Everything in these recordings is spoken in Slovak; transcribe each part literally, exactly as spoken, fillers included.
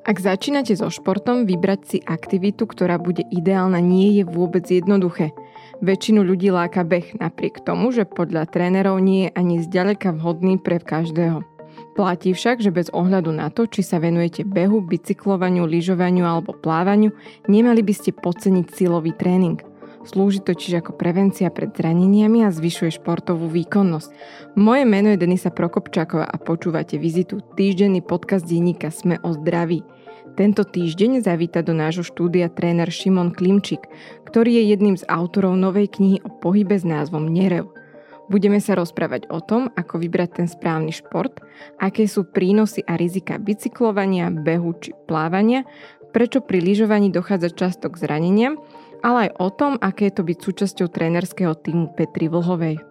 Ak začínate so športom, vybrať si aktivitu, ktorá bude ideálna, nie je vôbec jednoduché. Väčšinu ľudí láka beh, napriek tomu, že podľa trénerov nie je ani zďaleka vhodný pre každého. Platí však, že bez ohľadu na to, či sa venujete behu, bicyklovaniu, lyžovaniu alebo plávaniu, nemali by ste podceniť silový tréning. Slúži totiž ako prevencia pred zraneniami a zvyšuje športovú výkonnosť. Moje meno je Denisa Prokopčáková a počúvate Vizitu, týždenný podcast denníka Sme o zdraví. Tento týždeň zavíta do nášho štúdia tréner Šimon Klimčík, ktorý je jedným z autorov novej knihy o pohybe s názvom Nerev. Budeme sa rozprávať o tom, ako vybrať ten správny šport, aké sú prínosy a rizika bicyklovania, behu či plávania, prečo pri lyžovaní dochádza často k zraneniam, ale aj o tom, aké je to byť súčasťou trénerského tímu Petry Vlhovej.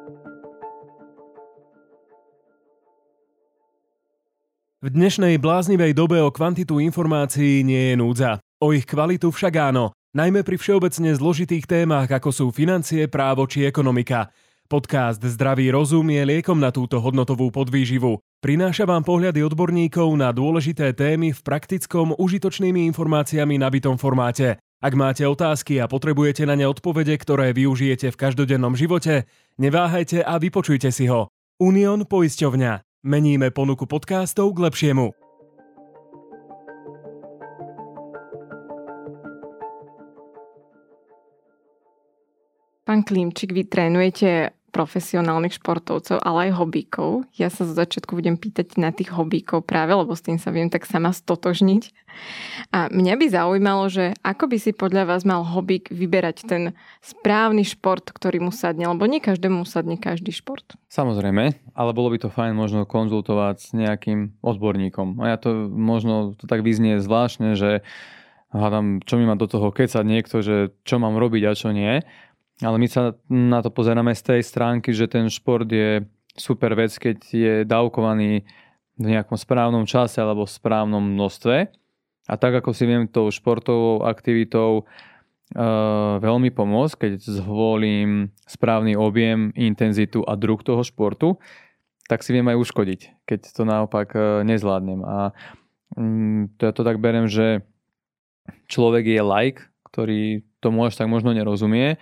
V dnešnej bláznivej dobe o kvantitu informácií nie je núdza. O ich kvalitu však áno, najmä pri všeobecne zložitých témach, ako sú financie, právo či ekonomika. Podcast Zdravý rozum je liekom na túto hodnotovú podvýživu. Prináša vám pohľady odborníkov na dôležité témy v praktickom, užitočnými informáciami nabitom formáte. Ak máte otázky a potrebujete na ne odpovede, ktoré využijete v každodennom živote, neváhajte a vypočujte si ho. Unión poisťovňa. Meníme ponuku podcastov k lepšiemu. Pán Klimčík, vy trénujete profesionálnych športovcov, ale aj hobíkov. Ja sa zo začiatku budem pýtať na tých hobíkov práve, lebo s tým sa viem tak sama stotožniť. A mňa by zaujímalo, že ako by si podľa vás mal hobík vyberať ten správny šport, ktorý mu sadne, lebo nie každému sadne každý šport. Samozrejme, ale bolo by to fajn možno konzultovať s nejakým odborníkom. A ja to možno to tak vyznie zvláštne, že hádam, čo mi má do toho kecať niekto, že čo mám robiť a čo nie. Ale my sa na to pozeráme z tej stránky, že ten šport je super vec, keď je dávkovaný v nejakom správnom čase alebo v správnom množstve. A tak ako si viem tou športovou aktivitou uh, veľmi pomôcť, keď zvolím správny objem, intenzitu a druh toho športu, tak si viem aj uškodiť, keď to naopak uh, nezvládnem. A um, to ja to tak beriem, že človek je laik, ktorý tomu až tak možno nerozumie.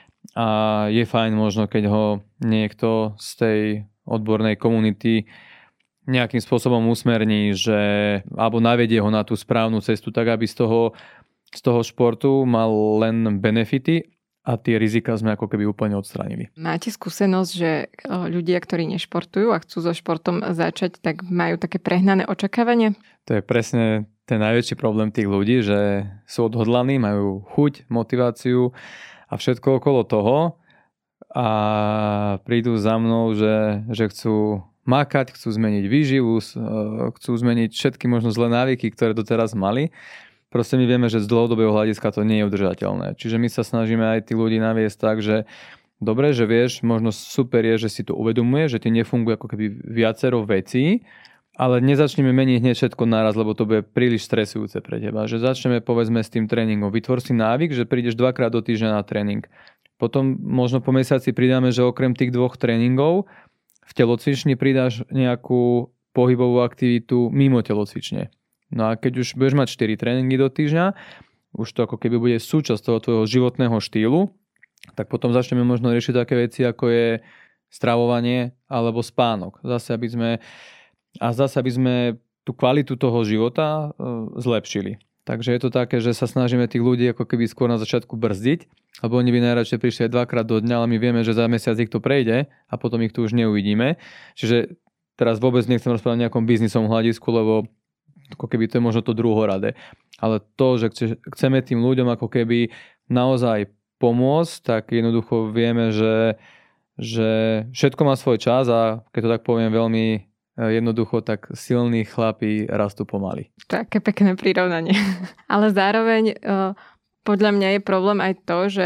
A je fajn možno, keď ho niekto z tej odbornej komunity nejakým spôsobom usmerní, že, alebo navedie ho na tú správnu cestu, tak aby z toho, z toho športu mal len benefity a tie rizika sme ako keby úplne odstránili. Máte skúsenosť, že ľudia, ktorí nešportujú a chcú so športom začať, tak majú také prehnané očakávania? To je presne ten najväčší problém tých ľudí, že sú odhodlaní, majú chuť, motiváciu a všetko okolo toho a prídu za mnou, že, že chcú makať, chcú zmeniť výživu, chcú zmeniť všetky možno zlé návyky, ktoré doteraz mali. Proste my vieme, že z dlhodobého hľadiska to nie je udržateľné. Čiže my sa snažíme aj tí ľudí naviesť tak, že dobre, že vieš, možno super je, že si to uvedomuje, že ti nefunguje ako keby viacero vecí, ale nezačneme meniť hneď všetko naraz, lebo to bude príliš stresujúce pre teba. Že začneme povedzme s tým tréningom. Vytvor si návyk, že prídeš dvakrát do týždňa na tréning. Potom možno po mesiaci pridáme, že okrem tých dvoch tréningov v telocvični pridáš nejakú pohybovú aktivitu mimo telocvične. No a keď už budeš mať štyri tréningy do týždňa, už to ako keby bude súčasť toho tvojho životného štýlu, tak potom začneme možno riešiť také veci, ako je stravovanie alebo spánok. Zase aby sme A zase, aby sme tú kvalitu toho života uh, zlepšili. Takže je to také, že sa snažíme tých ľudí ako keby skôr na začiatku brzdiť, lebo oni by najradšej prišli aj dvakrát do dňa, ale my vieme, že za mesiac ich to prejde a potom ich tu už neuvidíme. Čiže teraz vôbec nechcem rozprávať o nejakom biznisovom hľadisku, lebo ako keby to je možno to druhoradé. Ale to, že chceme tým ľuďom ako keby naozaj pomôcť, tak jednoducho vieme, že, že všetko má svoj čas a keď to tak poviem veľmi jednoducho, tak silní chlapi rastú pomaly. Také pekné prirovnanie. Ale zároveň podľa mňa je problém aj to, že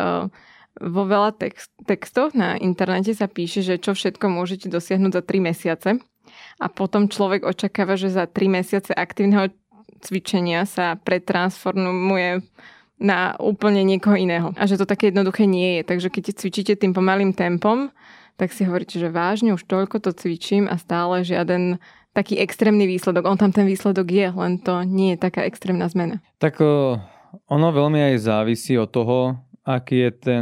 vo veľa text, textoch na internete sa píše, že čo všetko môžete dosiahnuť za tri mesiace a potom človek očakáva, že za tri mesiace aktívneho cvičenia sa pretransformuje na úplne niekoho iného. A že to také jednoduché nie je. Takže keď cvičíte tým pomalým tempom, tak si hovoríte, že vážne už toľko to cvičím a stále žiaden taký extrémny výsledok. On tam ten výsledok je, len to nie je taká extrémna zmena. Tak ono veľmi aj závisí od toho, aký je ten,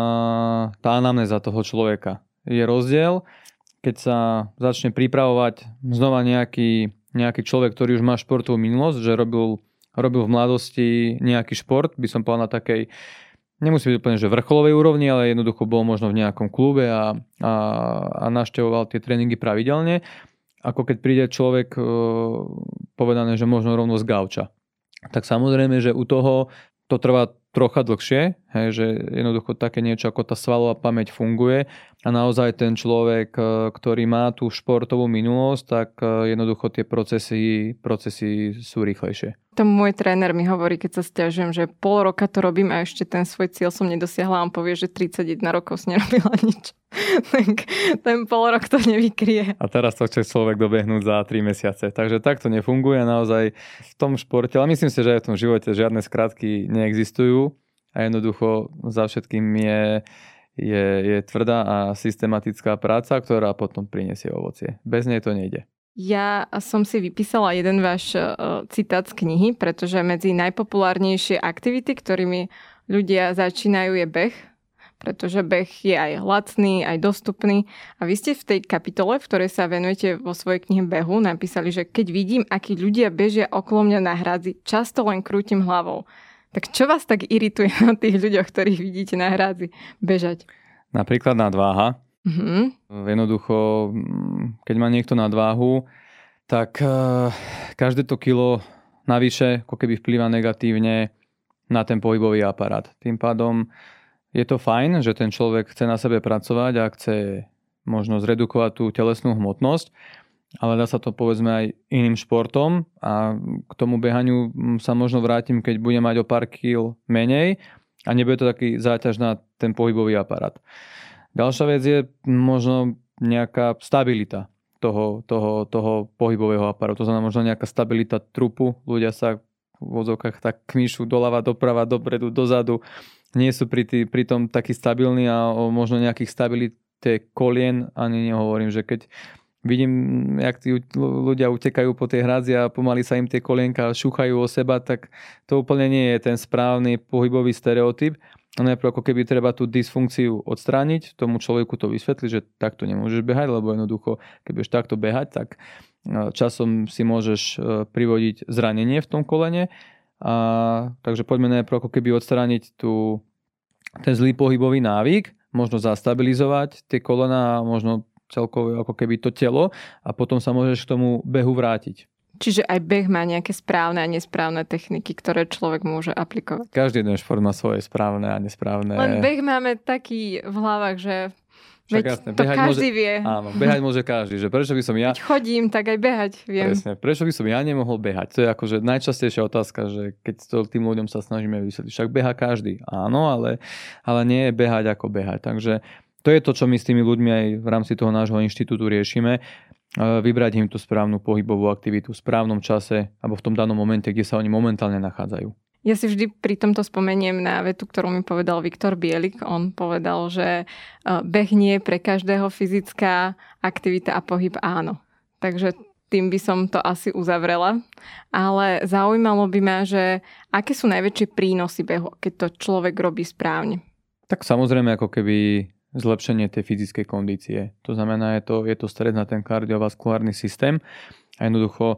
tá anamnéza toho človeka. Je rozdiel, keď sa začne pripravovať znova nejaký, nejaký človek, ktorý už má športovú minulosť, že robil, robil v mladosti nejaký šport, by som povedal na takej, nemusí byť úplne že vrcholovej úrovni, ale jednoducho bol možno v nejakom klube a, a, a naštevoval tie tréningy pravidelne, ako keď príde človek e, povedané, že možno rovno z gauča. Tak samozrejme, že u toho to trvá trocha dlhšie, hej, že jednoducho také niečo ako tá svalová pamäť funguje a naozaj ten človek, ktorý má tú športovú minulosť, tak jednoducho tie procesy, procesy sú rýchlejšie. To môj tréner mi hovorí, keď sa sťažujem, že pol roka to robím a ešte ten svoj cieľ som nedosiahla a on povie, že tridsaťjeden rokov si nerobila nič. Tak ten pol rok to nevykrie. A teraz to chce človek dobehnúť za tri mesiace. Takže takto nefunguje naozaj v tom športe, ale myslím si, že aj v tom živote žiadne skratky neexistujú a jednoducho za všetkým je, je, je tvrdá a systematická práca, ktorá potom prinesie ovocie. Bez nej to nejde. Ja som si vypísala jeden váš uh, citát z knihy, pretože medzi najpopulárnejšie aktivity, ktorými ľudia začínajú, je beh, pretože beh je aj lacný, aj dostupný. A vy ste v tej kapitole, v ktorej sa venujete vo svojej knihe behu, napísali, že keď vidím, akí ľudia bežia okolo mňa na hradzi, často len krútim hlavou. Tak čo vás tak irituje na tých ľuďoch, ktorých vidíte na hradzi bežať? Napríklad nadváha. Mm-hmm. Jednoducho, keď má niekto nadváhu, tak uh, každé to kilo navyše ako keby vplýva negatívne na ten pohybový aparát. Tým pádom je to fajn, že ten človek chce na sebe pracovať a chce možno zredukovať tú telesnú hmotnosť, ale dá sa to povedzme aj iným športom a k tomu behaniu sa možno vrátim, keď budem mať o pár kil menej a nebude to taký záťaž na ten pohybový aparát. Ďalšia vec je možno nejaká stabilita toho, toho, toho pohybového aparátu. To znamená možno nejaká stabilita trupu. Ľudia sa v vozovkách tak kmíšu doľava, doprava, dopredu, dozadu. Nie sú pri, tý, pri tom takí stabilní a o možno nejakých stabilite kolien ani nehovorím, že keď vidím, jak tí ľudia utekajú po tej hradzi a pomaly sa im tie kolienka šúchajú o seba, tak to úplne nie je ten správny pohybový stereotyp. Najprv ako keby treba tú dysfunkciu odstrániť, tomu človeku to vysvetliť, že takto nemôžeš behať, lebo jednoducho, keď budeš takto behať, tak časom si môžeš privodiť zranenie v tom kolene. A, takže poďme najprv ako keby odstrániť tú, ten zlý pohybový návyk, možno zastabilizovať tie kolena a možno celkovo ako keby to telo a potom sa môžeš k tomu behu vrátiť. Čiže aj beh má nejaké správne a nesprávne techniky, ktoré človek môže aplikovať. Každý jeden šport má svoje správne a nesprávne. Len beh máme taký v hlavách, že Však veď jasne, to každý môže, vie. Áno, behať môže každý. Že prečo by som ja... Keď chodím, tak aj behať viem. Presne, prečo by som ja nemohol behať? To je akože najčastejšia otázka, že keď to tým ľuďom sa snažíme vysvetliť. Však beha každý. Áno, ale, ale nie je behať ako behať. Takže to je to, čo my s tými ľuďmi aj v rámci toho nášho inštitútu riešime. Vybrať im tú správnu pohybovú aktivitu v správnom čase alebo v tom danom momente, kde sa oni momentálne nachádzajú. Ja si vždy pri tomto spomeniem na vetu, ktorú mi povedal Viktor Bielik. On povedal, že beh nie je pre každého fyzická aktivita a pohyb áno. Takže tým by som to asi uzavrela. Ale zaujímalo by ma, že aké sú najväčšie prínosy behu, keď to človek robí správne? Tak samozrejme ako keby zlepšenie tej fyzickej kondície. To znamená, je to, je to stres na ten kardiovaskulárny systém a jednoducho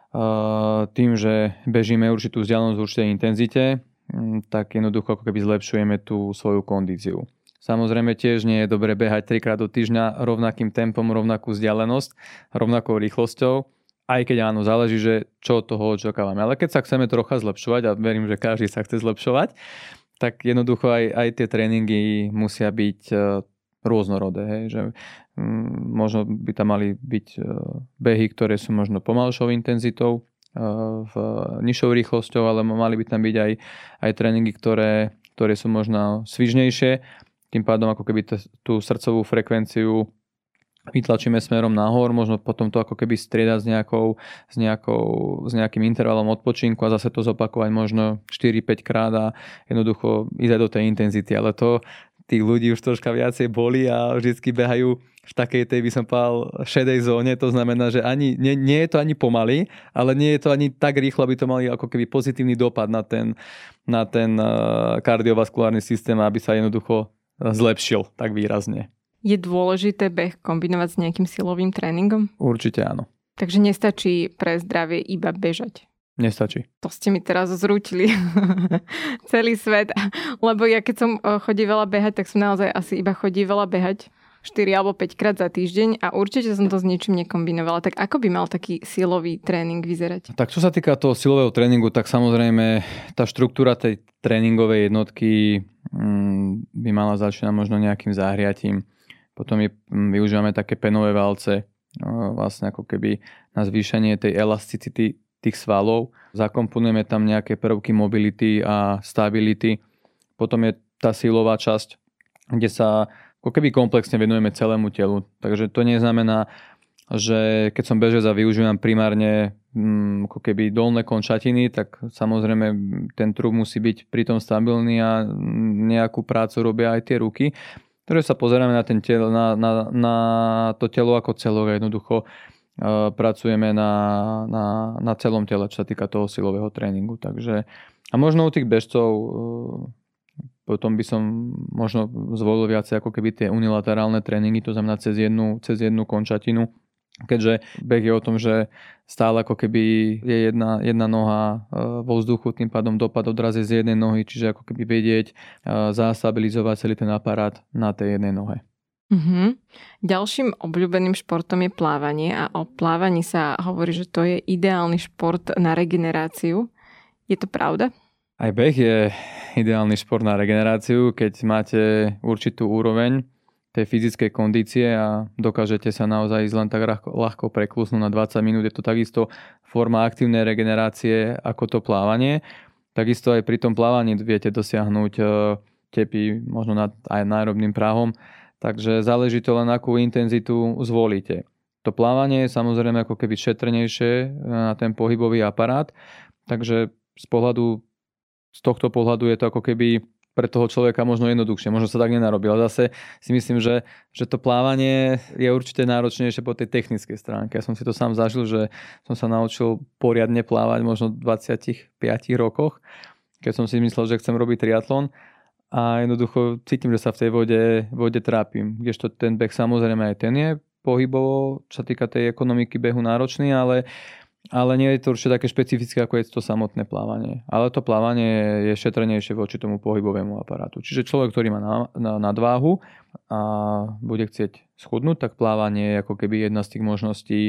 tým, že bežíme určitú vzdialenosť v určitej intenzite, tak jednoducho ako keby zlepšujeme tú svoju kondíciu. Samozrejme tiež nie je dobre behať trikrát do týždňa rovnakým tempom, rovnakú vzdialenosť, rovnakou rýchlosťou, aj keď áno, záleží, že čo od toho očakávame. Ale keď sa chceme trocha zlepšovať, a verím, že každý sa chce zlepšovať, tak jednoducho aj, aj tie tréningy musia byť uh, rôznorodé. Hej? Že, um, možno by tam mali byť uh, behy, ktoré sú možno pomalšou intenzitou, uh, v, nižšou rýchlosťou, ale mali by tam byť aj, aj tréningy, ktoré, ktoré sú možno svižnejšie. Tým pádom ako keby t- tú srdcovú frekvenciu vytlačíme smerom nahor, možno potom to ako keby striedať s, nejakou, s, nejakou, s nejakým intervalom odpočinku a zase to zopakovať možno štyri päť krát a jednoducho ísť aj do tej intenzity. Ale to tých ľudí už troška viacej boli a vždycky behajú v takej tej, by som povedal, šedej zóne. To znamená, že ani, nie, nie je to ani pomaly, ale nie je to ani tak rýchlo, aby to mali ako keby pozitívny dopad na ten, na ten uh, kardiovaskulárny systém, aby sa jednoducho zlepšil tak výrazne. Je dôležité beh kombinovať s nejakým silovým tréningom? Určite áno. Takže nestačí pre zdravie iba bežať? Nestačí. To ste mi teraz zrútili celý svet. Lebo ja keď som chodívala behať, tak som naozaj asi iba chodívala behať štyri alebo päť krát za týždeň a určite som to s ničím nekombinovala. Tak ako by mal taký silový tréning vyzerať? Tak čo sa týka toho silového tréningu, tak samozrejme tá štruktúra tej tréningovej jednotky mm, by mala začínať možno nejakým záhriatím. Potom je, využívame také penové valce, vlastne ako keby na zvýšenie tej elasticity tých svalov. Zakomponujeme tam nejaké prvky mobility a stability. Potom je tá silová časť, kde sa ako keby komplexne venujeme celému telu. Takže to neznamená, že keď som bežec a využívam primárne hm, ako keby dolné končatiny, tak samozrejme ten trup musí byť pritom stabilný a nejakú prácu robia aj tie ruky. Takže sa pozeráme na, ten telo, na, na, na to telo ako celok a jednoducho uh, pracujeme na, na, na celom tele, čo sa týka toho silového tréningu. Takže, a možno u tých bežcov uh, potom by som možno zvolil viacej ako keby tie unilaterálne tréningy, to znamená cez jednu, cez jednu končatinu, keďže beh je o tom, že stále ako keby je jedna, jedna noha vo vzduchu, tým pádom dopad odrazie z jednej nohy, čiže ako keby vedieť zastabilizovať celý ten aparát na tej jednej nohe. Uh-huh. Ďalším obľúbeným športom je plávanie a o plávaní sa hovorí, že to je ideálny šport na regeneráciu. Je to pravda? Aj beh je ideálny šport na regeneráciu, keď máte určitú úroveň tej fyzickej kondície a dokážete sa naozaj ísť len tak ľahko preklusnúť na dvadsať minút. Je to takisto forma aktívnej regenerácie ako to plávanie. Takisto aj pri tom plávaní viete dosiahnuť tepy možno nad aj národným prahom. Takže záleží to len, akú intenzitu zvolíte. To plávanie je samozrejme ako keby šetrnejšie na ten pohybový aparát. Takže z pohľadu Z tohto pohľadu je to ako keby pre toho človeka možno jednoduchšie. Možno sa tak nenarobí. Ale zase si myslím, že, že to plávanie je určite náročnejšie po tej technickej stránke. Ja som si to sám zažil, že som sa naučil poriadne plávať možno v dvadsiatich piatich rokoch, keď som si myslel, že chcem robiť triatlon. A jednoducho cítim, že sa v tej vode, vode trápim. Kdežto ten beh samozrejme aj ten je pohybovo, čo sa týka tej ekonomiky behu náročný, ale Ale nie je to určite také špecifické, ako je to samotné plávanie. Ale to plávanie je šetrnejšie voči tomu pohybovému aparátu. Čiže človek, ktorý má nadváhu a bude chcieť schudnúť, tak plávanie je ako keby jedna z tých možností,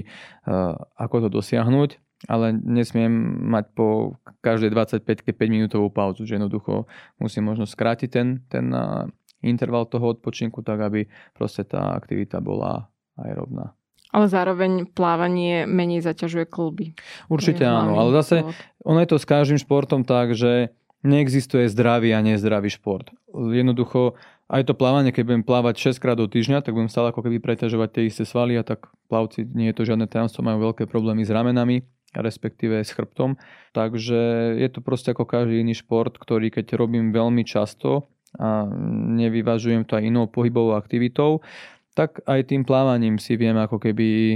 ako to dosiahnuť. Ale nesmiem mať po každej dvadsaťpäť päť minútovú pauzu. Že jednoducho musím možno skrátiť ten, ten interval toho odpočinku, tak aby proste tá aktivita bola aerobná. Ale zároveň plávanie menej zaťažuje kĺby. Určite áno, ale zase ono je to s každým športom tak, že neexistuje zdravý a nezdravý šport. Jednoducho aj to plávanie, keď budem plávať šesť krát do týždňa, tak budem stále ako keby preťažovať tie isté svaly a tak plavci, nie je to žiadne tajomstvo, majú veľké problémy s ramenami, respektíve s chrbtom. Takže je to proste ako každý iný šport, ktorý keď robím veľmi často a nevyvažujem to aj inou pohybovou aktivitou, tak aj tým plávaním si viem ako keby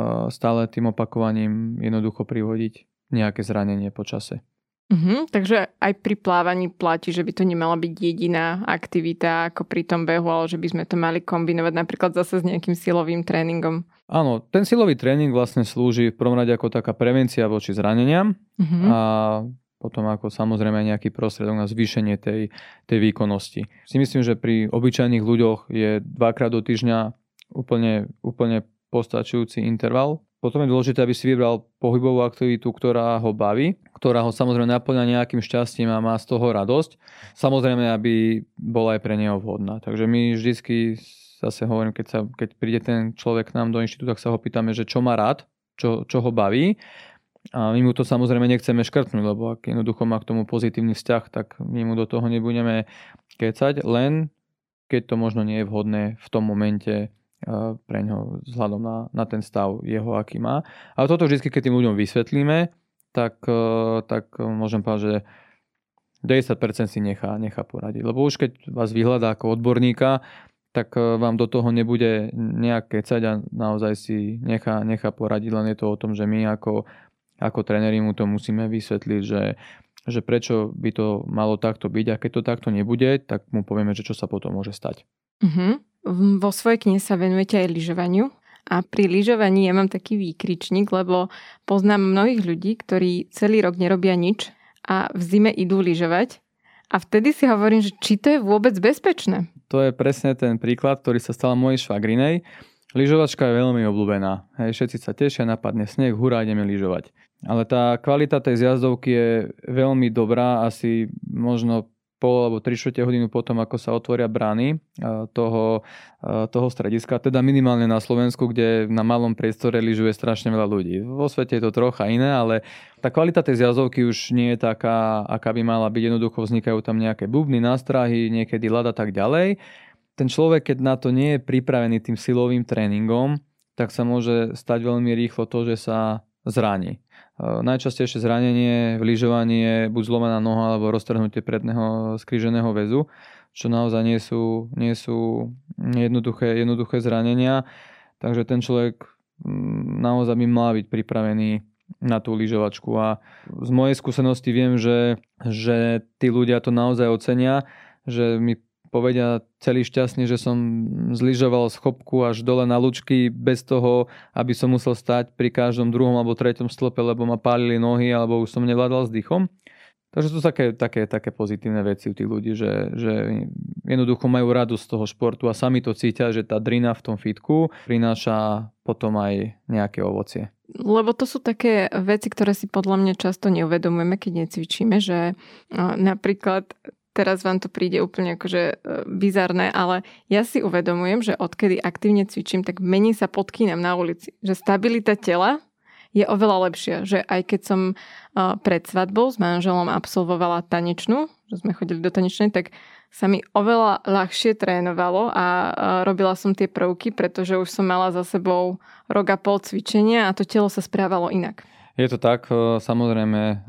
stále tým opakovaním jednoducho privodiť nejaké zranenie po čase. Uh-huh, takže aj pri plávaní platí, že by to nemala byť jediná aktivita ako pri tom behu, ale že by sme to mali kombinovať napríklad zase s nejakým silovým tréningom. Áno, ten silový tréning vlastne slúži v prvom rade ako taká prevencia voči zraneniam uh-huh. a potom ako samozrejme nejaký prostriedok na zvýšenie tej, tej výkonnosti. Si myslím, že pri obyčajných ľuďoch je dvakrát do týždňa úplne, úplne postačujúci interval. Potom je dôležité, aby si vybral pohybovú aktivitu, ktorá ho baví, ktorá ho samozrejme naplňa nejakým šťastím a má z toho radosť. Samozrejme, aby bola aj pre neho vhodná. Takže my vždycky, zase hovorím, keď, sa, keď príde ten človek k nám do inštitútu, tak sa ho pýtame, že čo má rád, čo, čo ho baví. A my mu to samozrejme nechceme škrtnúť, lebo ak jednoducho má k tomu pozitívny vzťah, tak my mu do toho nebudeme kecať, len keď to možno nie je vhodné v tom momente pre ňo vzhľadom na, na ten stav jeho, aký má. Ale toto vždy, keď tým ľuďom vysvetlíme, tak, tak môžem povedať, že deväťdesiat percent si nechá, nechá poradiť. Lebo už keď vás vyhľadá ako odborníka, tak vám do toho nebude nejaké ceť a naozaj si nechá, nechá poradiť. Len je to o tom, že my ako, ako tréneri mu to musíme vysvetliť, že, že prečo by to malo takto byť a keď to takto nebude, tak mu povieme, že čo sa potom môže stať. Uh-huh. Vo svojej knihe sa venujete aj lyžovaniu a pri lyžovaní ja mám taký výkričník, lebo poznám mnohých ľudí, ktorí celý rok nerobia nič a v zime idú lyžovať a vtedy si hovorím, že či to je vôbec bezpečné. To je presne ten príklad, ktorý sa stal mojej švagrinej. Lyžovačka je veľmi obľúbená. Hej, všetci sa tešia, napadne sneh, hurá, ideme lyžovať. Ale tá kvalita tej zjazdovky je veľmi dobrá, asi možno pol alebo tri štvrte hodinu potom, ako sa otvoria brány toho, toho strediska, teda minimálne na Slovensku, kde na malom priestore lyžuje strašne veľa ľudí. Vo svete je to trocha iné, ale tá kvalita tej zjazdovky už nie je taká, aká by mala byť. Jednoducho vznikajú tam nejaké bubny, nástrahy, niekedy ľad a tak ďalej. Ten človek, keď na to nie je pripravený tým silovým tréningom, tak sa môže stať veľmi rýchlo to, že sa zraní. Najčastejšie zranenie v lyžovaní je buď zlomená noha alebo roztrhnutie predného skríženého väzu, čo naozaj nie sú, nie sú jednoduché, jednoduché zranenia. Takže ten človek naozaj by mal byť pripravený na tú lyžovačku. A z mojej skúsenosti viem, že, že tí ľudia to naozaj ocenia, že mi povedia celý šťastný, že som zlyžoval z chopku až dole na lučky bez toho, aby som musel stať pri každom druhom alebo treťom stĺpe, lebo ma pálili nohy alebo už som nevládal s dýchom. Takže to sú také, také, také pozitívne veci u tých ľudí, že, že jednoducho majú radosť z toho športu a sami to cítia, že tá drina v tom fitku prináša potom aj nejaké ovocie. Lebo to sú také veci, ktoré si podľa mňa často neuvedomujeme, keď necvičíme, že napríklad teraz vám to príde úplne akože bizarné, ale ja si uvedomujem, že odkedy aktívne cvičím, tak menej sa podkýnam na ulici. Že stabilita tela je oveľa lepšia. Že aj keď som pred svadbou s manželom absolvovala tanečnú, že sme chodili do tanečnej, tak sa mi oveľa ľahšie trénovalo a robila som tie prvky, pretože už som mala za sebou rok a pol cvičenia a to telo sa správalo inak. Je to tak, samozrejme,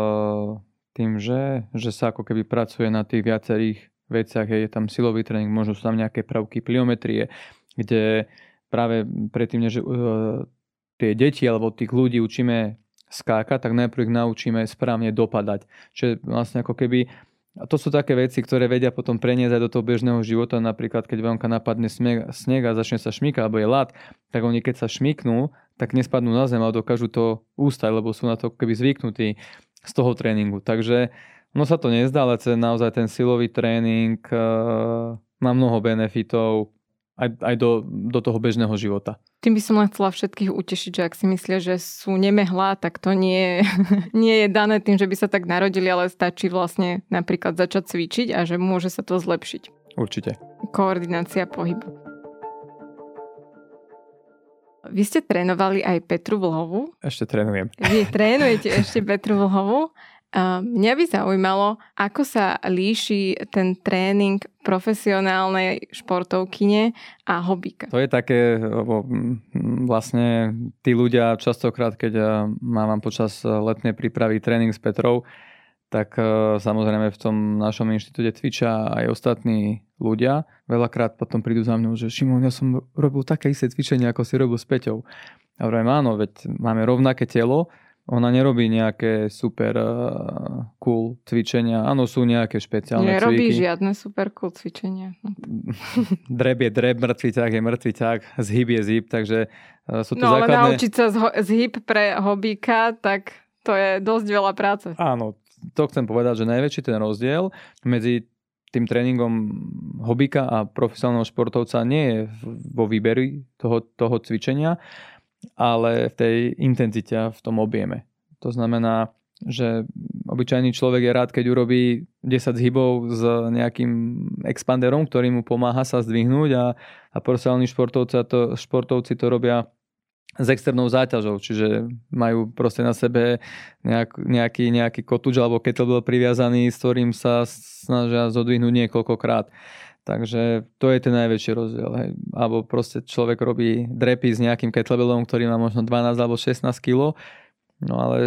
tým, že, že sa ako keby pracuje na tých viacerých veciach, je tam silový tréning, možno sú tam nejaké prvky pliometrie, kde práve predtým, než uh, tie deti alebo tých ľudí učíme skákať, tak najprv ich naučíme správne dopadať. Čiže vlastne ako keby, a to sú také veci, ktoré vedia potom preniesť aj do toho bežného života, napríklad keď vonka napadne sneh, sneh a začne sa šmykať, alebo je ľad, tak oni keď sa šmyknú, tak nespadnú na zem, ale dokážu to ústať, lebo sú na to keby zvyknutí z toho tréningu. Takže no sa to nezdá, ale naozaj ten silový tréning uh, má mnoho benefitov aj, aj do, do toho bežného života. Tým by som len chcela všetkých utešiť, že ak si myslia, že sú nemehlá, tak to nie, nie je dané tým, že by sa tak narodili, ale stačí vlastne napríklad začať cvičiť a že môže sa to zlepšiť. Určite. Koordinácia pohybu. Vy ste trénovali aj Petru Vlhovú. Ešte trénujem. Vy trénujete ešte Petru Vlhovú. A mňa by zaujímalo, ako sa líši ten tréning profesionálnej športovkyne a hobíka. To je také, lebo vlastne tí ľudia častokrát, keď mám počas letnej prípravy tréning s Petrou, tak samozrejme v tom našom inštitúte cvičia aj ostatní ľudia. Veľakrát potom prídu za mňou, že Šimon, ja som robil také isté cvičenie, ako si robil s Peťou. A hovorím, áno, veď máme rovnaké telo, ona nerobí nejaké super uh, cool cvičenia. Áno, sú nejaké špeciálne cviky. Nerobí žiadne super cool cvičenia. Dreb je dreb, mŕtvý ťah je mŕtvý ťah, zhyb je zhyb, takže uh, sú to no, základné... No ale naučiť sa zho- zhyb pre hobíka, tak to je dosť veľa práce. Áno, to chcem povedať, že najväčší ten rozdiel medzi tým tréningom hobíka a profesionálneho športovca nie je vo výberi toho, toho cvičenia, ale v tej intenzite, v tom objeme. To znamená, že obyčajný človek je rád, keď urobí desať zhybov s nejakým expanderom, ktorý mu pomáha sa zdvihnúť a, a profesionálni športovci to, športovci to robia s externou záťažou, čiže majú proste na sebe nejak, nejaký, nejaký kotúč alebo kettlebell priviazaný, s ktorým sa snažia zodvihnúť niekoľkokrát. Takže to je ten najväčší rozdiel. Hej. Alebo proste človek robí drepy s nejakým kettlebellom, ktorý má možno dvanásť alebo šestnásť kilogramov, no ale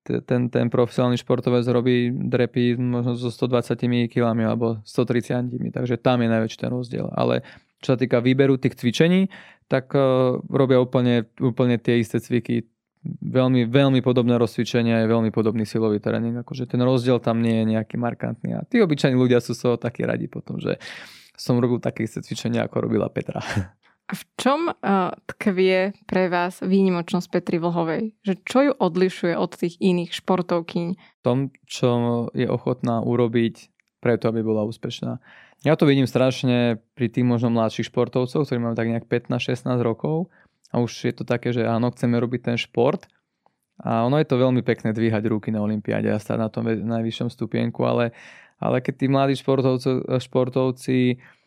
ten, ten profesionálny športovec robí drepy možno so stodvadsať kilami alebo stotridsať, takže tam je najväčší ten rozdiel. Ale čo sa týka výberu tých cvičení, tak uh, robia úplne, úplne tie isté cviky. Veľmi, veľmi podobné rozcvičenia, je veľmi podobný silový tréning. Akože ten rozdiel tam nie je nejaký markantný. A tí obyčajní ľudia sú z toho takí radi potom, že som robil také isté cvičenia, ako robila Petra. A v čom uh, tkvie pre vás výnimočnosť Petry Vlhovej? Že čo ju odlišuje od tých iných športovkyň? V tom, čo je ochotná urobiť preto, aby bola úspešná. Ja to vidím strašne pri tých možno mladších športovcov, ktorí majú tak nejak pätnásť šestnásť rokov a už je to také, že áno, chceme robiť ten šport a ono je to veľmi pekné dvíhať ruky na olympiáde a stať na tom najvyššom stupienku, ale, ale keď tí mladí športovci, športovci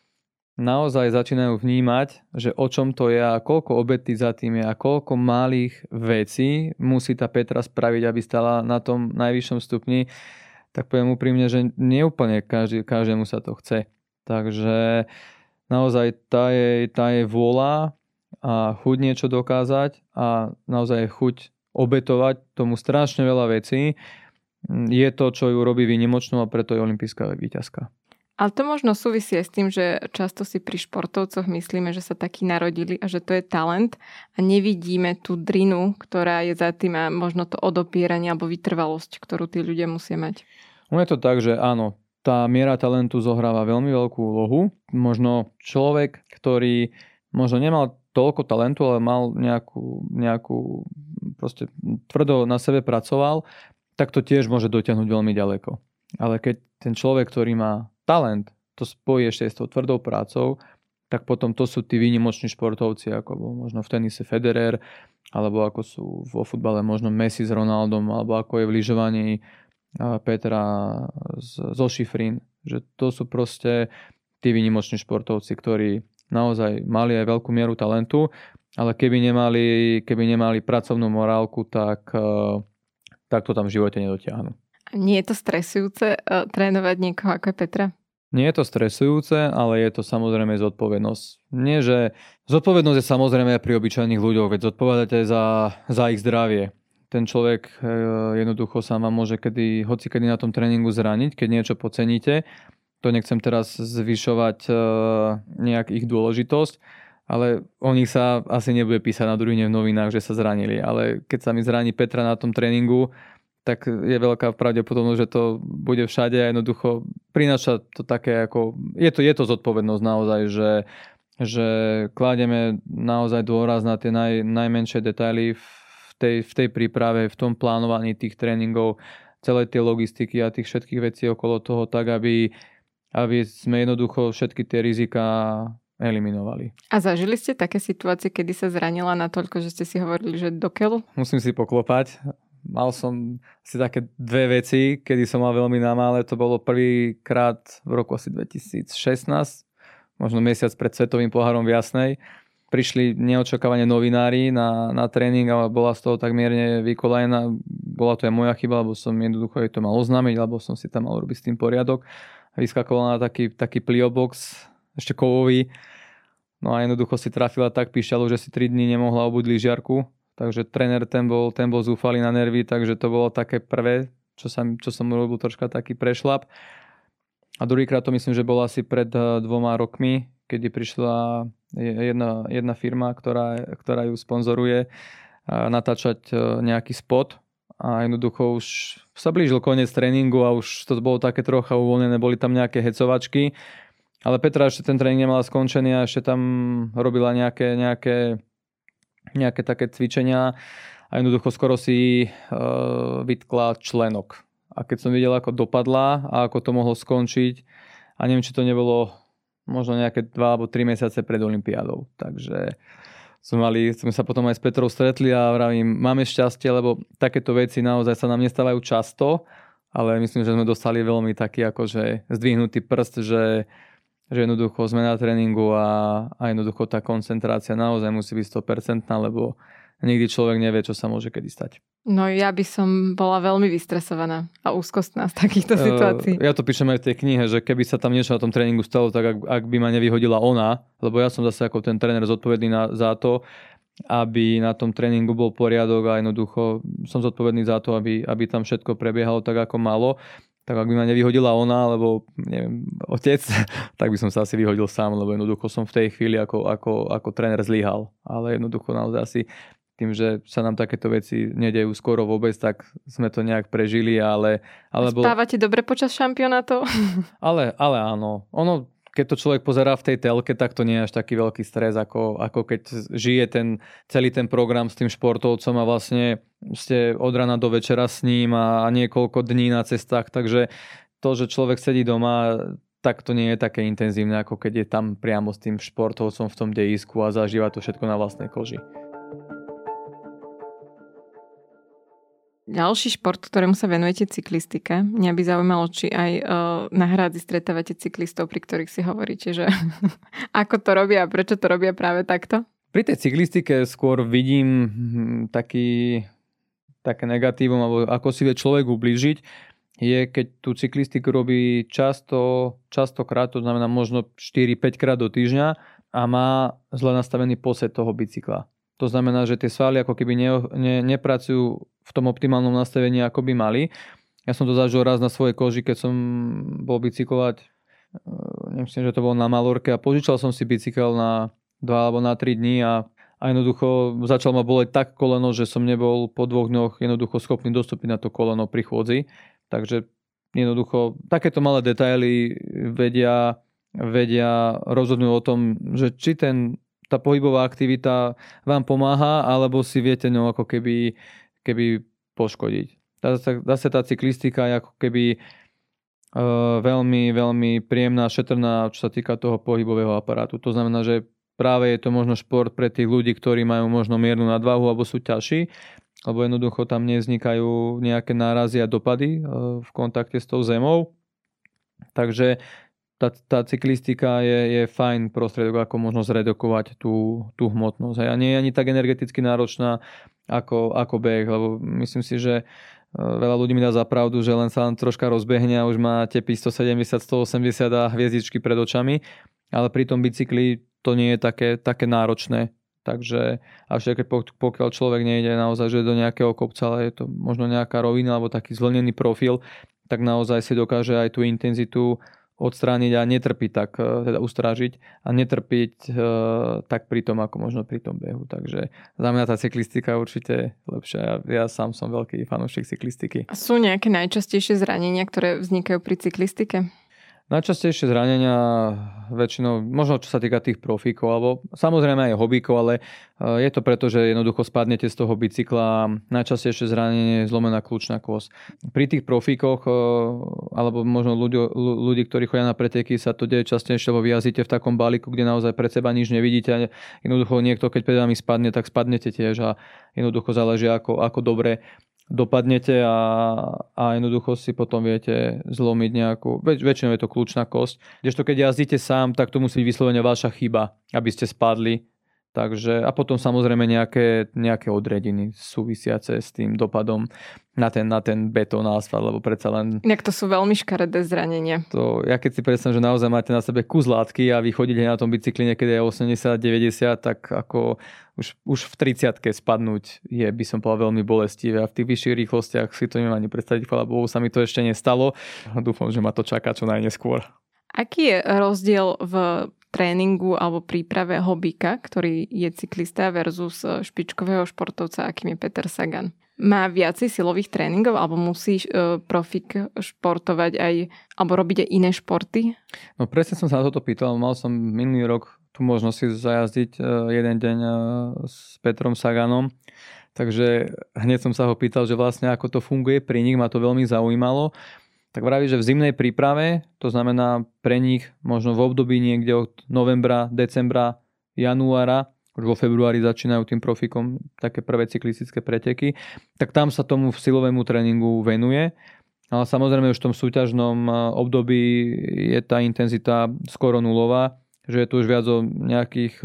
naozaj začínajú vnímať, že o čom to je a koľko obetí za tým je a koľko malých vecí musí tá Petra spraviť, aby stala na tom najvyššom stupni, tak poviem úprimne, že neúplne každý, každému sa to chce. Takže naozaj tá je, tá je vôľa a chuť niečo dokázať a naozaj chuť obetovať tomu strašne veľa vecí je to, čo ju robí výnimočnou a preto je olympijská víťazka. Ale to možno súvisí s tým, že často si pri športovcoch myslíme, že sa takí narodili a že to je talent a nevidíme tú drinu, ktorá je za tým a možno to odopieranie alebo vytrvalosť, ktorú tí ľudia musia mať. No je to tak, že áno, tá miera talentu zohráva veľmi veľkú úlohu. Možno človek, ktorý možno nemal toľko talentu, ale mal nejakú, nejakú proste tvrdo na sebe pracoval, tak to tiež môže dotiahnuť veľmi ďaleko. Ale keď ten človek, ktorý má talent, to spojí ešte s tou tvrdou prácou, tak potom to sú tí výnimoční športovci, ako možno v tenise Federer, alebo ako sú vo futbale možno Messi s Ronaldom, alebo ako je v lyžovaní Petra zo Šifrín. Že to sú proste tí výnimoční športovci, ktorí naozaj mali aj veľkú mieru talentu, ale keby nemali, keby nemali pracovnú morálku, tak, tak to tam v živote nedotiahnu. Nie je to stresujúce uh, trénovať niekoho ako je Petra? Nie je to stresujúce, ale je to samozrejme zodpovednosť. Nie, že zodpovednosť je samozrejme pri obyčajných ľuďoch, veď zodpovedáte za, za ich zdravie. Ten človek e, jednoducho sa vám môže kedy, hoci kedy na tom tréningu zraniť, keď niečo podceníte. To nechcem teraz zvyšovať e, nejak ich dôležitosť, ale o nich sa asi nebude písať na druhý deň v novinách, že sa zranili. Ale keď sa mi zraní Petra na tom tréningu, tak je veľká pravdepodobnosť, že to bude všade a jednoducho prináša to také ako... Je to, je to zodpovednosť naozaj, že, že kládeme naozaj dôraz na tie naj, najmenšie detaily v tej, v tej príprave, v tom plánovaní tých tréningov, celé tie logistiky a tých všetkých vecí okolo toho, tak aby, aby sme jednoducho všetky tie rizika eliminovali. A zažili ste také situácie, kedy sa zranila natoľko, že ste si hovorili, že do keľu? Musím si poklopať. Mal som si také dve veci, kedy som mal veľmi na mále. To bolo prvýkrát v roku asi dvetisícšestnásť, možno mesiac pred svetovým pohárom v Jasnej. Prišli neočakávane novinári na, na tréning a bola z toho tak mierne vykolajná. Bola to aj moja chyba, lebo som jednoducho jej to mal oznámiť, lebo som si tam mal robiť s tým poriadok. Vyskakovala na taký, taký pliobox, ešte kovový. No a jednoducho si trafila tak píšťalu, že si tri dni nemohla obuť lyžiarku. Takže tréner ten bol, ten bol zúfalý na nervy, takže to bolo také prvé, čo, sa, čo som robil troška taký prešlap. A druhýkrát to myslím, že bolo asi pred dvoma rokmi, kedy prišla jedna, jedna firma, ktorá, ktorá ju sponzoruje, natáčať nejaký spot a jednoducho už sa blížil koniec tréningu a už to bolo také trocha uvoľnené, boli tam nejaké hecovačky, ale Petra ešte ten tréning nemala skončený a ešte tam robila nejaké, nejaké nejaké také cvičenia a jednoducho skoro si uh, vytkla členok. A keď som videl, ako dopadla a ako to mohlo skončiť, a neviem, či to nebolo možno nejaké dva alebo tri mesiace pred olympiádou. Takže sme, mali, sme sa potom aj s Petrou stretli a vravím, máme šťastie, lebo takéto veci naozaj sa nám nestávajú často, ale myslím, že sme dostali veľmi taký akože zdvihnutý prst, že že jednoducho sme na tréningu a, a jednoducho tá koncentrácia naozaj musí byť sto percent, lebo nikdy človek nevie, čo sa môže kedy stať. No ja by som bola veľmi vystresovaná a úzkostná z takýchto uh, situácií. Ja to píšem aj v tej knihe, že keby sa tam niečo na tom tréningu stalo, tak ak, ak by ma nevyhodila ona, lebo ja som zase ako ten tréner zodpovedný na, za to, aby na tom tréningu bol poriadok a jednoducho som zodpovedný za to, aby, aby tam všetko prebiehalo tak, ako malo. Tak ak by ma nevyhodila ona, alebo neviem, otec, tak by som sa asi vyhodil sám, lebo jednoducho som v tej chvíli ako, ako, ako tréner zlyhal. Ale jednoducho naozaj asi tým, že sa nám takéto veci nedejú skoro vôbec, tak sme to nejak prežili, ale... ale bol... Spávate dobre počas šampionátov? Ale, ale áno. Ono, keď to človek pozerá v tej telke, tak to nie je až taký veľký stres, ako, ako keď žije ten, celý ten program s tým športovcom a vlastne ste od rana do večera s ním a, a niekoľko dní na cestách, takže to, že človek sedí doma, tak to nie je také intenzívne, ako keď je tam priamo s tým športovcom v tom dejisku a zažíva to všetko na vlastnej koži. Ďalší šport, ktorému sa venujete, cyklistike. Mňa by zaujímalo, či aj uh, na hrádzi stretávate cyklistov, pri ktorých si hovoríte, že ako to robia a prečo to robia práve takto? Pri tej cyklistike skôr vidím taký, také negatívum, alebo ako si vie človek ublížiť, je keď tú cyklistiku robí často, častokrát, to znamená možno štyri päť krát do týždňa a má zle nastavený posed toho bicykla. To znamená, že tie svaly ako keby ne, ne, nepracujú v tom optimálnom nastavení, ako by mali. Ja som to zažil raz na svojej koži, keď som bol bicyklovať, nemyslím, že to bolo na Malorke a požičal som si bicykel na dva alebo na tri dní a, a jednoducho začal ma boleť tak koleno, že som nebol po dvoch dňoch jednoducho schopný dostúpiť na to koleno pri chôdzi. Takže jednoducho takéto malé detaily vedia, vedia rozhodnúť o tom, že či ten tá pohybová aktivita vám pomáha, alebo si viete ňou ako keby, keby poškodiť. Zase tá cyklistika je ako keby uh, veľmi, veľmi príjemná, šetrná, čo sa týka toho pohybového aparátu. To znamená, že práve je to možno šport pre tých ľudí, ktorí majú možno miernu nadváhu alebo sú ťažší, lebo jednoducho tam nevznikajú nejaké nárazy a dopady uh, v kontakte s tou zemou. Takže Tá, tá cyklistika je, je fajn prostriedok, ako možno zredukovať tú, tú hmotnosť. A nie je ani tak energeticky náročná ako, ako beh, lebo myslím si, že veľa ľudí mi dá za pravdu, že len sa len troška rozbehne a už má tepy sto sedemdesiat sto osemdesiat a hviezdičky pred očami, ale pri tom bicykli to nie je také, také náročné. Takže až pokiaľ človek nejde naozaj že do nejakého kopca, ale je to možno nejaká rovina alebo taký zvlnený profil, tak naozaj si dokáže aj tú intenzitu odstrániť a netrpiť tak, teda ustrážiť a netrpiť e, tak pri tom, ako možno pri tom behu. Takže za mňa tá cyklistika je určite lepšia. Ja, ja sám som veľký fanúšik cyklistiky. A sú nejaké najčastejšie zranenia, ktoré vznikajú pri cyklistike? Najčastejšie zranenia väčšinou, možno čo sa týka tých profíkov, alebo samozrejme aj hobíkov, ale je to preto, že jednoducho spadnete z toho bicykla. Najčastejšie zranenie je zlomená kľúčna kosť. Pri tých profíkoch, alebo možno ľudí, ľudí, ktorí chodia na preteky, sa to deje častejšie, lebo vy jazdíte v takom balíku, kde naozaj pred seba nič nevidíte. Jednoducho niekto, keď pred vami spadne, tak spadnete tiež a jednoducho záleží, ako, ako dobre dopadnete a, a jednoducho si potom viete zlomiť nejakú, väč, väčšinou je to kľúčna kosť. Kdežto keď jazdíte sám, tak to musí byť vyslovene vaša chyba, aby ste spadli. Takže, a potom samozrejme nejaké, nejaké odrediny súvisiace s tým dopadom na ten, na ten betón, asfalt, lebo predsa len... Jak to sú veľmi škaredé zranenia. To, ja keď si predstavím, že naozaj máte na sebe kus látky a vy chodíte na tom bicykli niekedy aj osemdesiat deväťdesiat, tak ako už, už v tridsiatke spadnúť je, by som povedal, veľmi bolestivé a v tých vyšších rýchlostiach si to neviem ani predstaviť, chvála Bohu, sa mi to ešte nestalo. Dúfam, že ma to čaká čo najneskôr. Aký je rozdiel v tréningu alebo príprave hobíka, ktorý je cyklista versus špičkového športovca, akým je Peter Sagan? Má viacej silových tréningov alebo musí uh, profík športovať aj, alebo robiť aj iné športy? No presne som sa na toto pýtal. Mal som minulý rok tu možnosť si zajazdiť uh, jeden deň uh, s Petrom Saganom. Takže hneď som sa ho pýtal, že vlastne ako to funguje pri nich, ma to veľmi zaujímalo. Tak vraví, že v zimnej príprave, to znamená pre nich možno v období niekde od novembra, decembra, januára, už vo februári začínajú tým profíkom také prvé cyklistické preteky, tak tam sa tomu silovému tréningu venuje. Ale samozrejme už v tom súťažnom období je tá intenzita skoro nulová, že je tu už viac o, nejakých,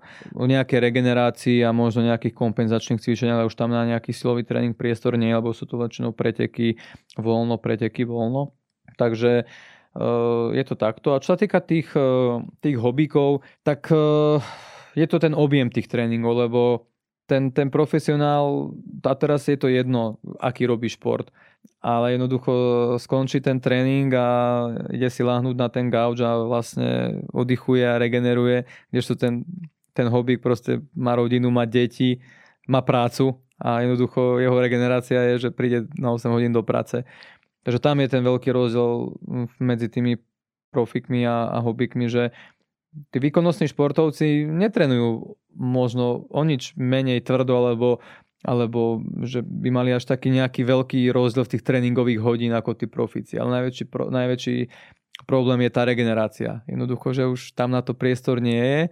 o nejakej regenerácii a možno nejakých kompenzačných cvičení, ale už tam na nejaký silový tréning priestor nie, lebo sú to väčšinou preteky voľno, preteky voľno. Takže je to takto. A čo sa týka tých, tých hobíkov, tak je to ten objem tých tréningov, lebo ten, ten profesionál, a teraz je to jedno, aký robí šport, ale jednoducho skončí ten tréning a ide si láhnuť na ten gauč a vlastne oddychuje a regeneruje, kdežto ten, ten hobík proste má rodinu, má deti, má prácu a jednoducho jeho regenerácia je, že príde na osem hodín do práce. Takže tam je ten veľký rozdiel medzi tými profikmi a, a hobíkmi, že tí výkonnostní športovci netrenujú možno o nič menej tvrdo, alebo, alebo že by mali až taký nejaký veľký rozdiel v tých tréningových hodín ako tí profíci. Ale najväčší, pro, najväčší problém je tá regenerácia. Jednoducho, že už tam na to priestor nie je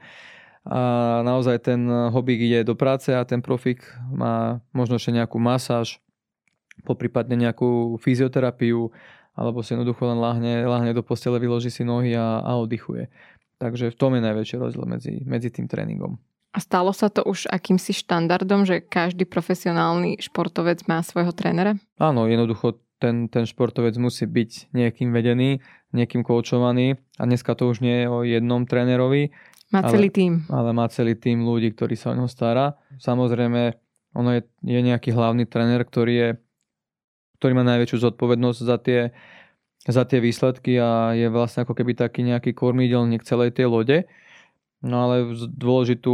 a naozaj ten hobík ide do práce a ten profík má možno ešte nejakú masáž, poprípadne nejakú fyzioterapiu, alebo si jednoducho len láhne, láhne do postele, vyloží si nohy a, a oddychuje. Takže v tom je najväčší rozdiel medzi, medzi tým tréningom. A stalo sa to už akýmsi štandardom, že každý profesionálny športovec má svojho trénera? Áno, jednoducho ten, ten športovec musí byť niekým vedený, niekým koučovaný a dneska to už nie je o jednom trénerovi. Má celý ale, tím. Ale má celý tím ľudí, ktorí sa o neho stará. Samozrejme, ono je, je nejaký hlavný tréner, ktorý, je, ktorý má najväčšiu zodpovednosť za tie za tie výsledky a je vlastne ako keby taký nejaký kormídelník celej tej lode. No ale dôležitú,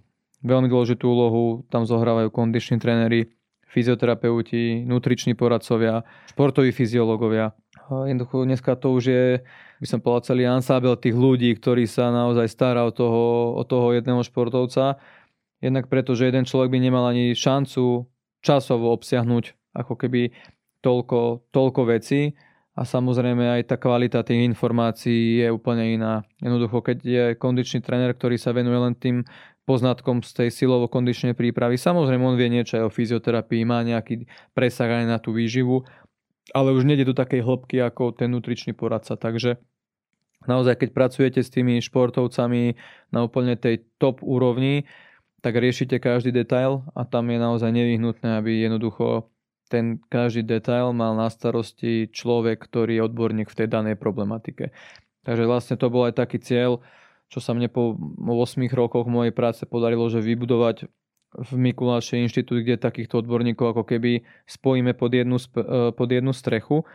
veľmi dôležitú úlohu tam zohrávajú kondiční tréneri, fyzioterapeuti, nutriční poradcovia, športoví fyziológovia. Jednoducho dneska to už je, by som povedal, celý ansábel tých ľudí, ktorí sa naozaj stará o toho, o toho jedného športovca. Jednak preto, že jeden človek by nemal ani šancu časovo obsiahnuť ako keby toľko, toľko vecí. A samozrejme aj tá kvalita tých informácií je úplne iná. Jednoducho, keď je kondičný tréner, ktorý sa venuje len tým poznatkom z tej silovo-kondičnej prípravy, samozrejme on vie niečo aj o fyzioterapii, má nejaký presah aj na tú výživu, ale už nejde do takej hĺbky ako ten nutričný poradca. Takže naozaj, keď pracujete s tými športovcami na úplne tej top úrovni, tak riešite každý detail a tam je naozaj nevyhnutné, aby jednoducho ten každý detail mal na starosti človek, ktorý je odborník v tej danej problematike. Takže vlastne to bol aj taký cieľ, čo sa mne po ôsmich rokoch mojej práce podarilo, že vybudovať v Mikuláši inštitút, kde takýchto odborníkov ako keby spojíme pod jednu, pod jednu strechu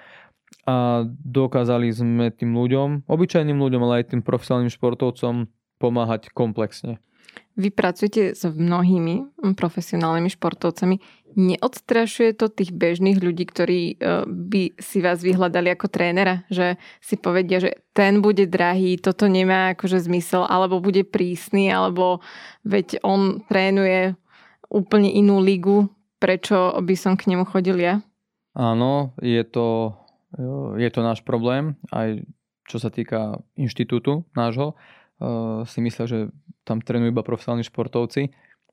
a dokázali sme tým ľuďom, obyčajným ľuďom, ale aj tým profesionálnym športovcom pomáhať komplexne. Vy pracujete s mnohými profesionálnymi športovcami. Neodstrašuje to tých bežných ľudí, ktorí by si vás vyhľadali ako trénera? Že si povedia, že ten bude drahý, toto nemá akože zmysel, alebo bude prísny, alebo veď on trénuje úplne inú ligu, prečo by som k nemu chodil ja? Áno, je to, je to náš problém, aj čo sa týka inštitútu nášho. Si myslia, že tam trénujú iba profesionálni športovci.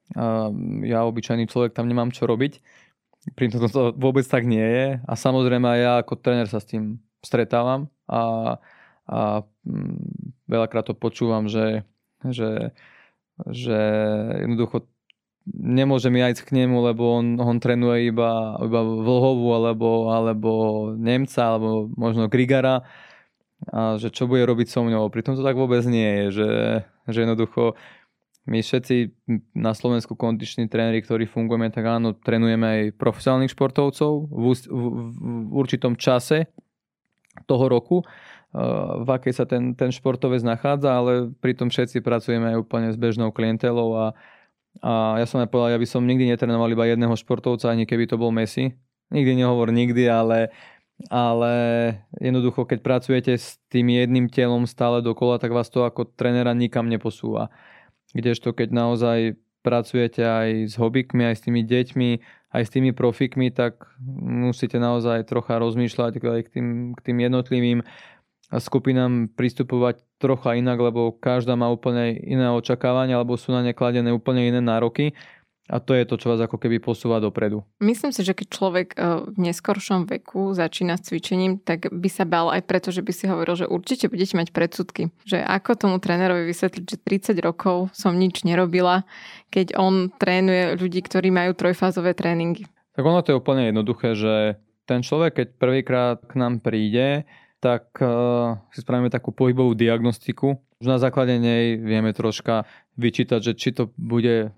Ja, obyčajný človek, tam nemám čo robiť. Pritom to vôbec tak nie je. A samozrejme aj ja ako tréner sa s tým stretávam a, a veľakrát to počúvam, že, že, že jednoducho nemôžem ísť k nemu, lebo on, on trénuje iba, iba Vlhovu alebo, alebo Nemca alebo možno Grigara a že čo bude robiť so mňou. Pritom to tak vôbec nie je, že, že jednoducho my všetci na Slovensku kondiční tréneri, ktorí fungujeme, tak áno, trénujeme aj profesionálnych športovcov v, v, v určitom čase toho roku, v akej sa ten, ten športovec nachádza, ale pritom všetci pracujeme aj úplne s bežnou klientelou a, a ja som aj povedal, ja by som nikdy netrénoval iba jedného športovca, ani keby to bol Messi. Nikdy nehovor nikdy, ale ale jednoducho, keď pracujete s tým jedným telom stále dokola, tak vás to ako trénera nikam neposúva. Kdežto keď naozaj pracujete aj s hobíkmi, aj s tými deťmi, aj s tými profikmi, tak musíte naozaj trocha rozmýšľať aj k tým, k tým jednotlivým skupinám pristupovať trocha inak, lebo každá má úplne iné očakávania, alebo sú na ne kladené úplne iné nároky. A to je to, čo vás ako keby posúva dopredu. Myslím si, že keď človek v neskoršom veku začína s cvičením, tak by sa bál aj preto, že by si hovoril, že určite budete mať predsudky. Že ako tomu trénerovi vysvetliť, že tridsať rokov som nič nerobila, keď on trénuje ľudí, ktorí majú trojfázové tréningy. Tak ono to je úplne jednoduché, že ten človek, keď prvýkrát k nám príde, tak uh, si spravíme takú pohybovú diagnostiku. Už na základe nej vieme troška vyčítať, že či to bude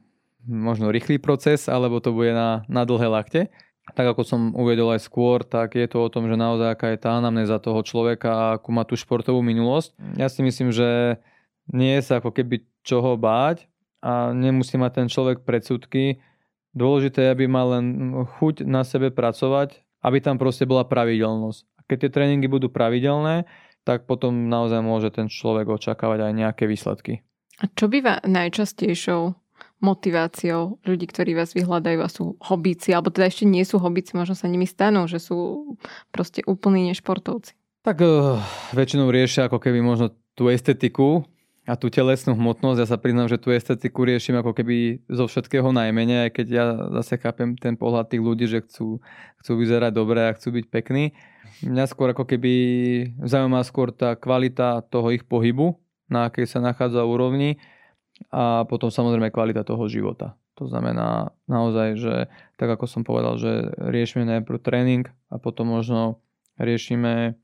možno rýchly proces, alebo to bude na, na dlhé lakte. Tak ako som uvedol aj skôr, tak je to o tom, že naozaj aká je tá anamnéza toho človeka a akú má tú športovú minulosť. Ja si myslím, že nie je sa ako keby čoho báť a nemusí mať ten človek predsudky. Dôležité je, aby mal len chuť na sebe pracovať, aby tam proste bola pravidelnosť. A keď tie tréningy budú pravidelné, tak potom naozaj môže ten človek očakávať aj nejaké výsledky. A čo býva najčastejšou motiváciou ľudí, ktorí vás vyhľadajú a sú hobíci, alebo teda ešte nie sú hobíci, možno sa nimi stanú, že sú proste úplní nešportovci? Tak uh, väčšinou riešia ako keby možno tú estetiku a tú telesnú hmotnosť. Ja sa priznám, že tú estetiku riešim ako keby zo všetkého najmenej, aj keď ja zase chápem ten pohľad tých ľudí, že chcú, chcú vyzerať dobre a chcú byť pekní. Mňa skôr ako keby zaujíma skôr tá kvalita toho ich pohybu, na akej sa nachádza úrovni, a potom samozrejme kvalita toho života. To znamená naozaj, že tak ako som povedal, že riešime najprv tréning a potom možno riešime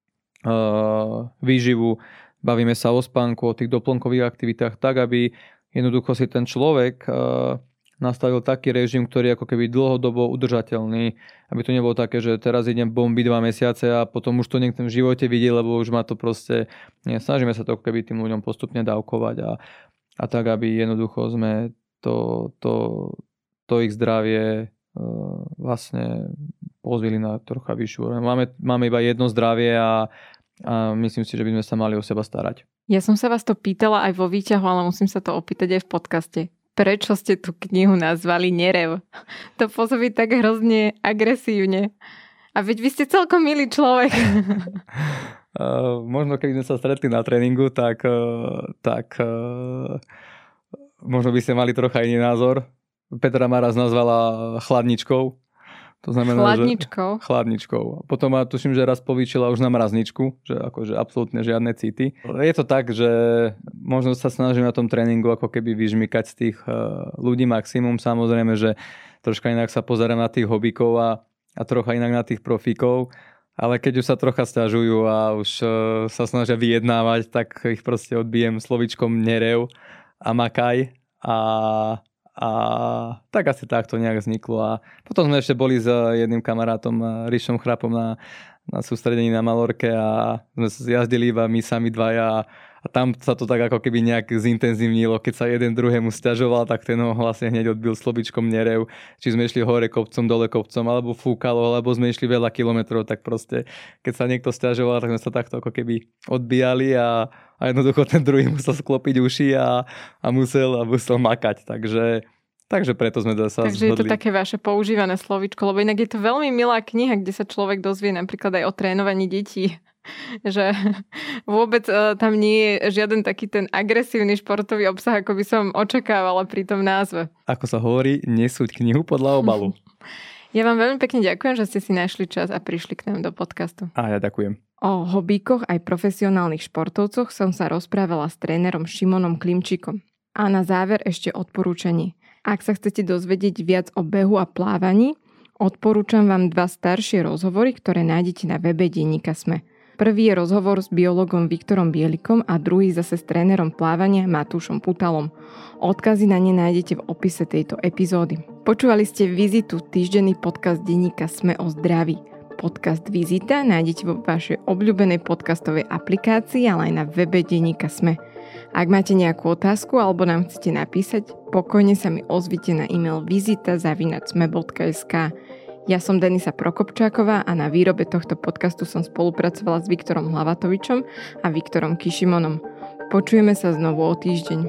uh, výživu, bavíme sa o spánku, o tých doplnkových aktivitách tak, aby jednoducho si ten človek uh, nastavil taký režim, ktorý je ako keby dlhodobo udržateľný, aby to nebolo také, že teraz idem bomby dva mesiace a potom už to nechcem v živote vidieť, lebo už ma to proste, nie, snažíme sa to ako keby tým ľuďom postupne dávkovať a A tak, aby jednoducho sme to, to, to ich zdravie uh, vlastne pozvili na trocha vyššiu. Máme, máme iba jedno zdravie a, a myslím si, že by sme sa mali o seba starať. Ja som sa vás to pýtala aj vo výťahu, ale musím sa to opýtať aj v podcaste. Prečo ste tú knihu nazvali Nerev? To pôsobí tak hrozne agresívne. A veď vy ste celkom milý človek. Uh, možno keby sme sa stretli na tréningu, tak, uh, tak uh, možno by ste mali trocha iný názor. Petra ma raz nazvala chladničkou. To znamená, chladničkou? Že, chladničkou. Potom ma tuším, že raz povýčila už na mrazničku, že akože absolútne žiadne city. Je to tak, že možno sa snažím na tom tréningu ako keby vyžmykať z tých uh, ľudí maximum. Samozrejme, že troška inak sa pozerám na tých hobíkov a, a trocha inak na tých profíkov. Ale keď už sa trocha sťažujú a už uh, sa snažia vyjednávať, tak ich proste odbijem slovičkom nerev a makaj. A, a tak asi takto nejak vzniklo. A potom sme ešte boli s jedným kamarátom, Rišom Chrapom, na, na sústredení na Malorke a sme jazdili iba my sami dvaja. A tam sa to tak ako keby nejak zintenzívnilo. Keď sa jeden druhému sťažoval, tak ten ho vlastne hneď odbil slobičkom nerev. Či sme išli hore kopcom, dole kopcom, alebo fúkalo, alebo sme išli veľa kilometrov, tak proste keď sa niekto sťažoval, tak sme sa takto ako keby odbijali a, a jednoducho ten druhý musel sklopiť uši a, a musel a musel makať. Takže, takže preto sme sa Takže zhodli. Je to také vaše používané slovíčko, lebo inak je to veľmi milá kniha, kde sa človek dozvie napríklad aj o trénovaní detí. Že vôbec uh, tam nie je žiaden taký ten agresívny športový obsah, ako by som očakávala pri tom názve. Ako sa hovorí, nesúď knihu podľa obalu. Ja vám veľmi pekne ďakujem, že ste si našli čas a prišli k nám do podcastu. A ja ďakujem. O hobíkoch aj profesionálnych športovcoch som sa rozprávala s trénerom Šimonom Klimčíkom. A na záver ešte odporúčanie. Ak sa chcete dozvedieť viac o behu a plávaní, odporúčam vám dva staršie rozhovory, ktoré nájdete na webe denníka SME. Prvý je rozhovor s biologom Viktorom Bielikom a druhý zase s trénerom plávania Matúšom Putalom. Odkazy na ne nájdete v opise tejto epizódy. Počúvali ste Vizitu, týždenný podcast denníka SME o zdraví. Podcast Vizita nájdete vo vašej obľúbenej podcastovej aplikácii, ale aj na webe denníka SME. Ak máte nejakú otázku alebo nám chcete napísať, pokojne sa mi ozvite na e-mail vizita zavináč sme bodka es ká. Ja som Denisa Prokopčáková a na výrobe tohto podcastu som spolupracovala s Viktorom Hlavatovičom a Viktorom Kišimonom. Počujeme sa znovu o týždeň.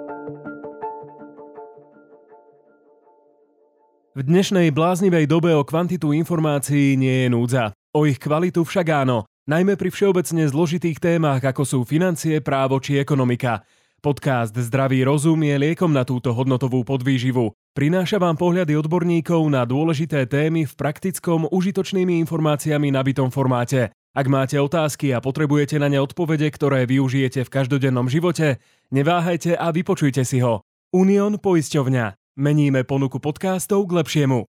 V dnešnej bláznivej dobe o kvantitu informácií nie je núdza. O ich kvalitu však áno, najmä pri všeobecne zložitých témach, ako sú financie, právo či ekonomika. Podcast Zdravý rozum je liekom na túto hodnotovú podvýživu. Prináša vám pohľady odborníkov na dôležité témy v praktickom, užitočnými informáciami nabitom formáte. Ak máte otázky a potrebujete na ne odpovede, ktoré využijete v každodennom živote, neváhajte a vypočujte si ho. Unión poisťovňa. Meníme ponuku podcastov k lepšiemu.